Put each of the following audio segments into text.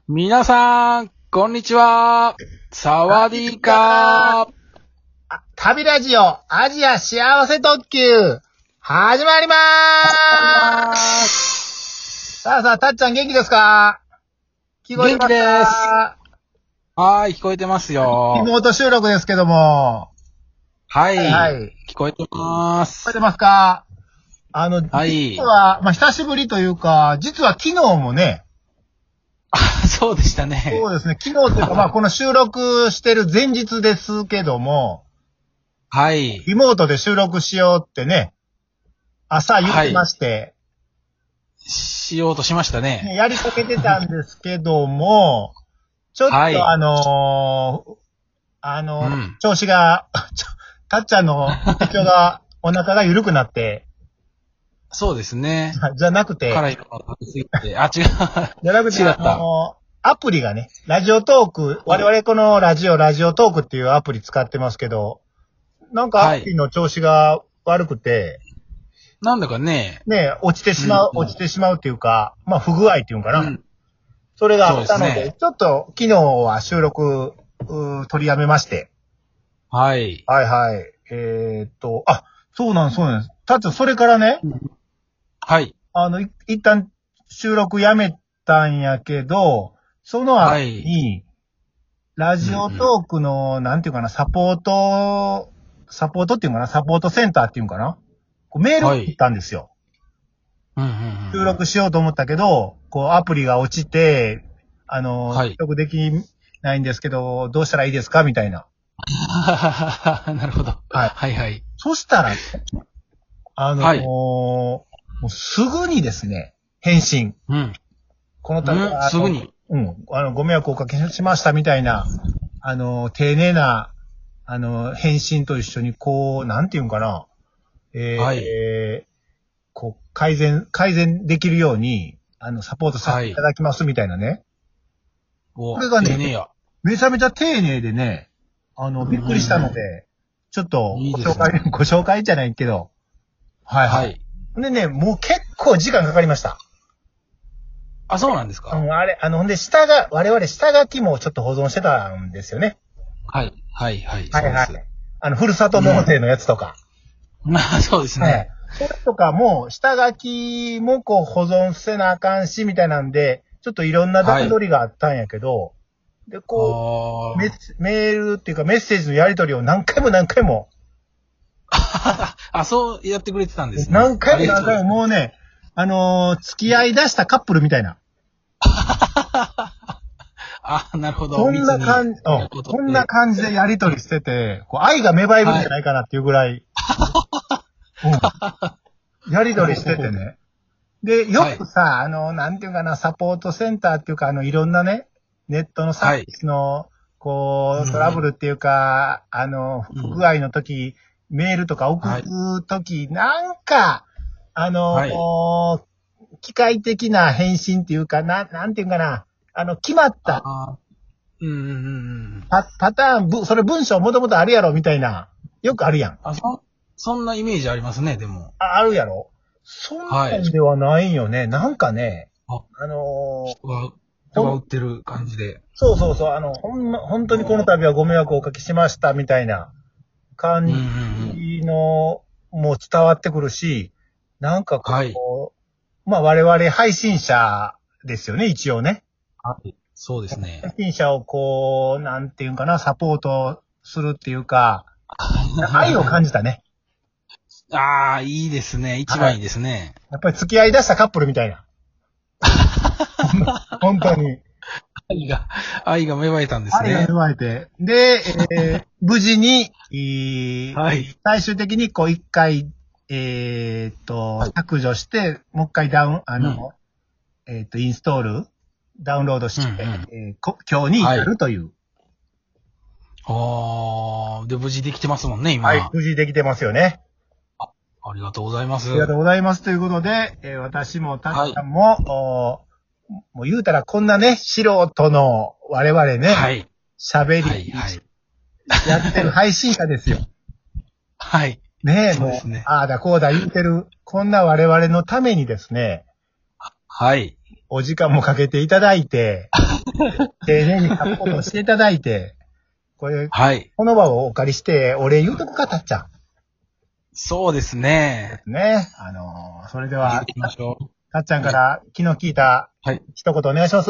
皆さん、こんにちは。サワディーカー。 旅ラジオアジア幸せ特急始まりまーす。さあ、たっちゃん元気ですか？聞こえてますか？ 元気です。はい、聞こえてますよ。 リモート収録ですけども。 はい、 はい。 聞こえてます。 聞こえてますか？ はい。 実は、久しぶりというか、実は昨日もね、 そうでしたね。 そうですね、昨日というか、この収録してる前日ですけども、 はい。 リモートで収録しようってね、朝言ってまして、 しようとしましたね。 やりかけてたんですけども、ちょっとはい調子が、たっちゃんの体調が、お腹が緩くなって、 そうですね。 じゃなくて、 辛いのを食べ過ぎて。違う。 じゃなくて、 違った。 アプリがね、ラジオトーク、我々このラジオトークっていうアプリ使ってますけど、なんかアプリの調子が悪くて、 なんだかね。 落ちてしまうっていうか、不具合っていうんかな。それがあったので、ちょっと昨日は収録、取りやめまして。 はい。 はいはい。そうなんです。たっちゃん、それからね、 はい。 一旦収録やめたんやけど、その後に、ラジオトークの、なんていうかな、サポートっていうかな、サポートセンターっていうかな、メールを送ったんですよ。収録しようと思ったけど、アプリが落ちて、収録できないんですけど、どうしたらいいですかみたいな。 なるほど。 はい。 はいはい。 そしたら、もうすぐにですね、返信。この度は、 すぐに。 ご迷惑をおかけしましたみたいな、丁寧な、返信と一緒に、なんていうんかな、改善できるように、サポートさせていただきますみたいなね。これがね、めちゃめちゃ丁寧でね、びっくりしたので、ちょっとご紹介じゃないけど、はいはい。でね、もう結構時間かかりました。 あ、そうなんですか？ ほんで我々下書きもちょっと保存してたんですよね。 はい。そうです。 ふるさと納税のやつとか。 そうですね。 それとかも、下書きも保存せなあかんし、みたいなんで、ちょっといろんな段取りがあったんやけど、で、メールっていうかメッセージのやり取りを何回も。 そうやってくれてたんですね。 何回ももうね、付き合い出したカップルみたいな。 なるほど。 こんな感じでやり取りしてて、愛が芽生えるんじゃないかなっていうぐらい、やり取りしててね。で、よくさ、なんていうかな、サポートセンターっていうか、いろんなね、ネットのサービスの、トラブルっていうか、不具合の時、メールとか送る時、なんか、機械的な返信っていうかなんていうかな、決まった、パターン、それ文章もともとあるやろ、みたいな、よくあるやん。 そんなイメージありますね、でも。 あるやろ？そんなんではないよね。なんかね、 人が売ってる感じで。 そう、本当にこの度はご迷惑をおかけしました、みたいな感じの、もう伝わってくるし、なんか我々配信者ですよね、一応ね。 そうですね。 配信者をなんていうんかな、サポートするっていうか、愛を感じたね。 いいですね。一番いいですね。 やっぱり付き合い出したカップルみたいな。本当に。 愛が芽生えたんですね。 愛が芽生えて。で、無事に、最終的に一回、削除して、もう一回インストール、ダウンロードして、今日に至るという。 で、無事できてますもんね、今。 はい、無事できてますよね。 ありがとうございます。 ありがとうございます。ということで、私もたっちゃんも、もう言うたらこんなね、素人の我々ね、喋り、やってる配信者ですよ。ねえ、もう、ああだこうだ言ってる、こんな我々のためにですね、お時間もかけていただいて、 丁寧にサポートしていただいて、これ、 はい。 この場をお借りして、お礼言うとくか、たっちゃん。 そうですね。 ね。それでは、 行きましょう。 たっちゃんから昨日聞いた、 はい。 一言お願いします。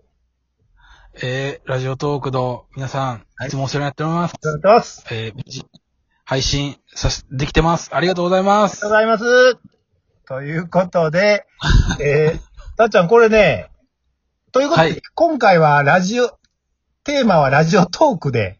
ラジオトークの皆さん、いつもお世話になっております。 ありがとうございます。 無事配信できてます。ありがとうございます。 ありがとうございます。ということで、たっちゃんこれね、ということで、はい、今回はテーマはラジオトークで。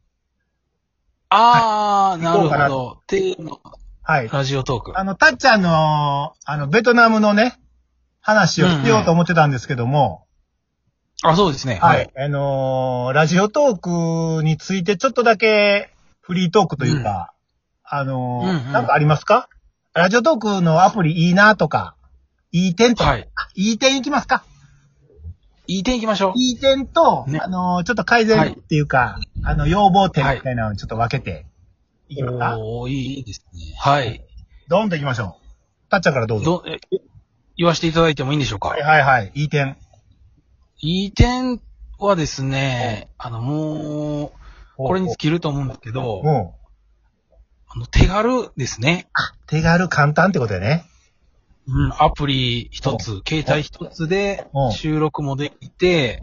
はい、なるほど。テーマ。 はい。 ラジオトーク。 たっちゃんの、ベトナムのね、話をしようと思ってたんですけども。 そうですね。 はい。ラジオトークについてちょっとだけフリートークというか、なんかありますか？ラジオトークのアプリいいなとか、いい点とか。はい。いい点いきますか？ いい点いきましょう。 いい点と、ね、ちょっと改善っていうか、要望点みたいなのをちょっと分けていきますか？ いいですね。はい。 どんといきましょう。たっちゃんからどうぞ。 言わせていただいてもいいんでしょうか？ はいはいはい。いい点。 いい点はですね、もう、これに尽きると思うんですけど、手軽ですね。 手軽簡単ってことだよね。 うん、アプリ一つ、携帯一つで収録もできて、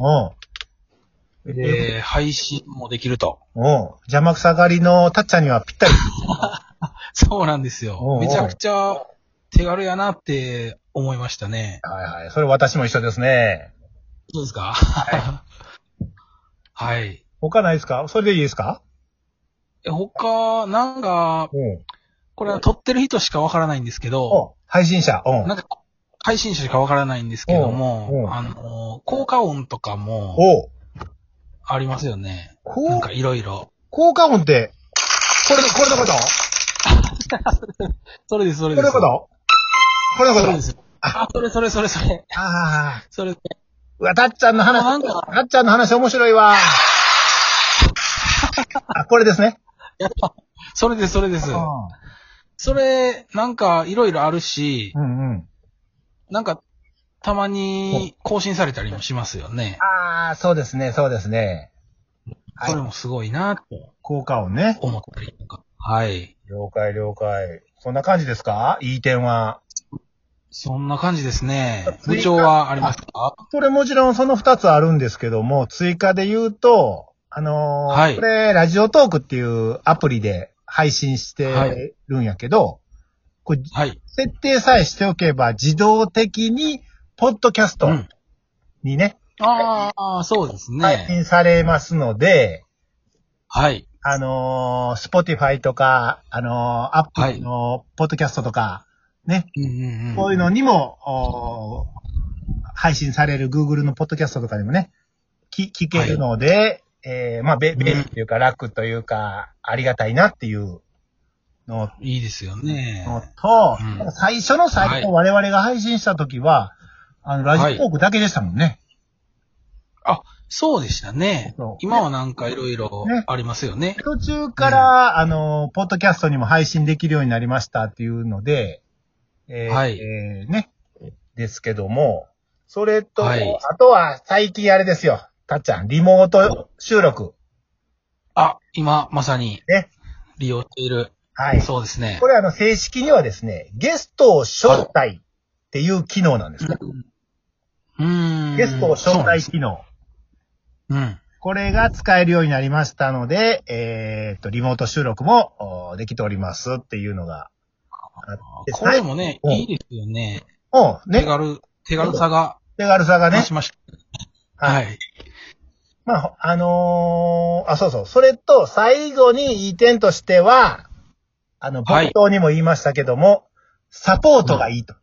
配信もできると。 邪魔くさがりのたっちゃんにはぴったり。 そうなんですよ。めちゃくちゃ手軽やなって思いましたね。 はいはい。それ私も一緒ですね。 そうですか？はい。はい。 他ないですか？それでいいですか？ 他、なんか、これは撮ってる人しかわからないんですけど、 配信者。 なんか、配信者しかわからないんですけども、効果音とかも、ありますよね。なんかいろいろ。 効果音って、これのことそれです、それです。 これのことこれのことそうです。それ。それ。 うわ、たっちゃんの話面白いわ。これですね。 やっぱ、それです。それ、なんか、いろいろあるし、なんか、たまに更新されたりもしますよね。 そうですね。それもすごいなと。 効果音ね。 思ったりとか。はい。 了解。そんな感じですか？いい点は。 そんな感じですね。部長はありますか？ それもちろんその2つあるんですけども、追加で言うと、はい、これ、ラジオトークっていうアプリで配信してるんやけど、これ、設定さえしておけば自動的に、ポッドキャストにね、 そうですね。 配信されますので、 はい。 Spotify とか、Apple のポッドキャストとか、ね、こういうのにも、配信される Google のポッドキャストとかにもね、聞けるので、便利というか楽というか、ありがたいなっていうの。 いいですよね。 と、最初の我々が配信した時は、ラジオトークだけでしたもんね。 そうでしたね。今はなんかいろいろありますよね。 途中から、ポッドキャストにも配信できるようになりましたっていうので、ね。ですけども、それと、あとは最近あれですよ。たっちゃん、リモート収録。 今、まさに。ね。利用している。はい。そうですね。 これ正式にはですね、ゲストを招待っていう機能なんですね。ゲストを招待機能。これが使えるようになりましたので、リモート収録もできておりますっていうのがあって。 これもね、いいですよね。 ね。 手軽さがね。 しました。はい。 そうそう。それと、最後にいい点としては、冒頭にも言いましたけども、サポートがいいと。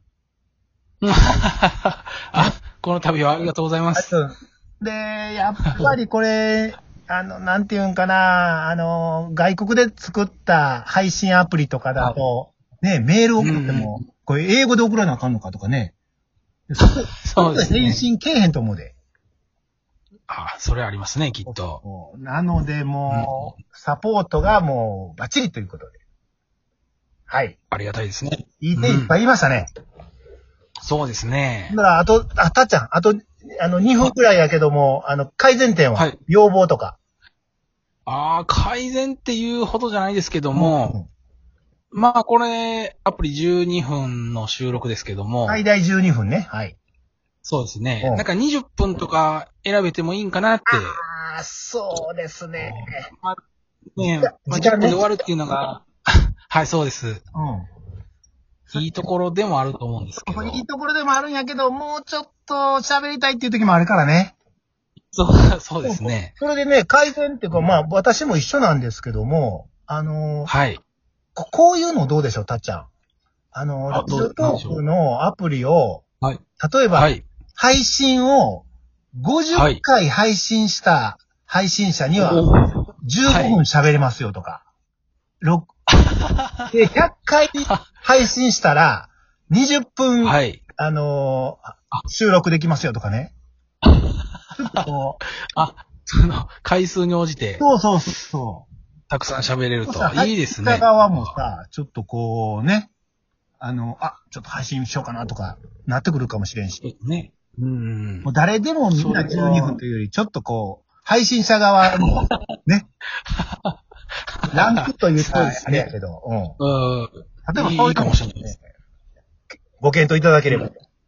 この度はありがとうございます。 で、やっぱりこれ、なんていうんかな、外国で作った配信アプリとかだと、ね、メール送っても、これ英語で送らなあかんのかとかね。そうですね。返信けえへんと思うで。 それありますね、きっと。 なので、もう、サポートがもう、バッチリということで。はい。 ありがたいですね。 いい点いっぱい言いましたね。 そうですね。 だから、たっちゃん、あと 2分くらいやけども、改善点は、 はい。 要望とか。 改善っていうほどじゃないですけども、まあこれ、アプリ12分の収録ですけども、 最大12分ね。はい。 そうですね。なんか20分とか選べてもいいんかなって。 そうですね。 まあ、ね、まあ、10分で終わるっていうのが、はい、そうです。いいところでもあると思うんですけど。 いいところでもあるんやけど、もうちょっと喋りたいっていう時もあるからね。 そうですね。 それでね、改善っていうか、まあ、私も一緒なんですけども、 はい。 こういうのどうでしょう、たっちゃん。ラジオトークのアプリを、 はい。 例えば、配信を50回配信した配信者には15分喋れますよとか。で、100回配信したら20分、収録できますよとかね。 回数に応じて。 そう。 たくさん喋れると。いいですね。 配信者側もさ、ちょっとこうね、ちょっと配信しようかなとか、なってくるかもしれんし。 ね。 もう誰でもみんな12分というより、ちょっとこう、配信者側の、ね。ランクというとあれやけど、例えばそういうかもしれないですね。ご検討いただければ。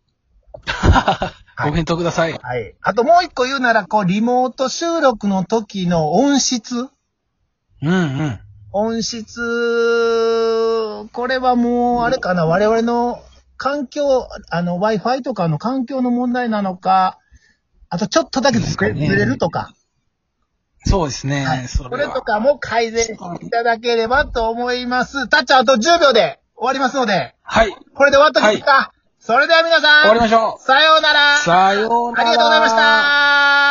ご検討ください。 はい。あともう一個言うなら、こう、リモート収録の時の音質。音質、これはもう、あれかな、我々の環境、Wi-Fi とかの環境の問題なのか、あとちょっとだけずれるとか。 そうですね。 はい。それとかも改善していただければと思います。たっちゃん、あと10秒で終わりますので。 はい。 これで終わっときますか。それでは皆さん。 終わりましょう。 さようなら。 さようなら。 ありがとうございました。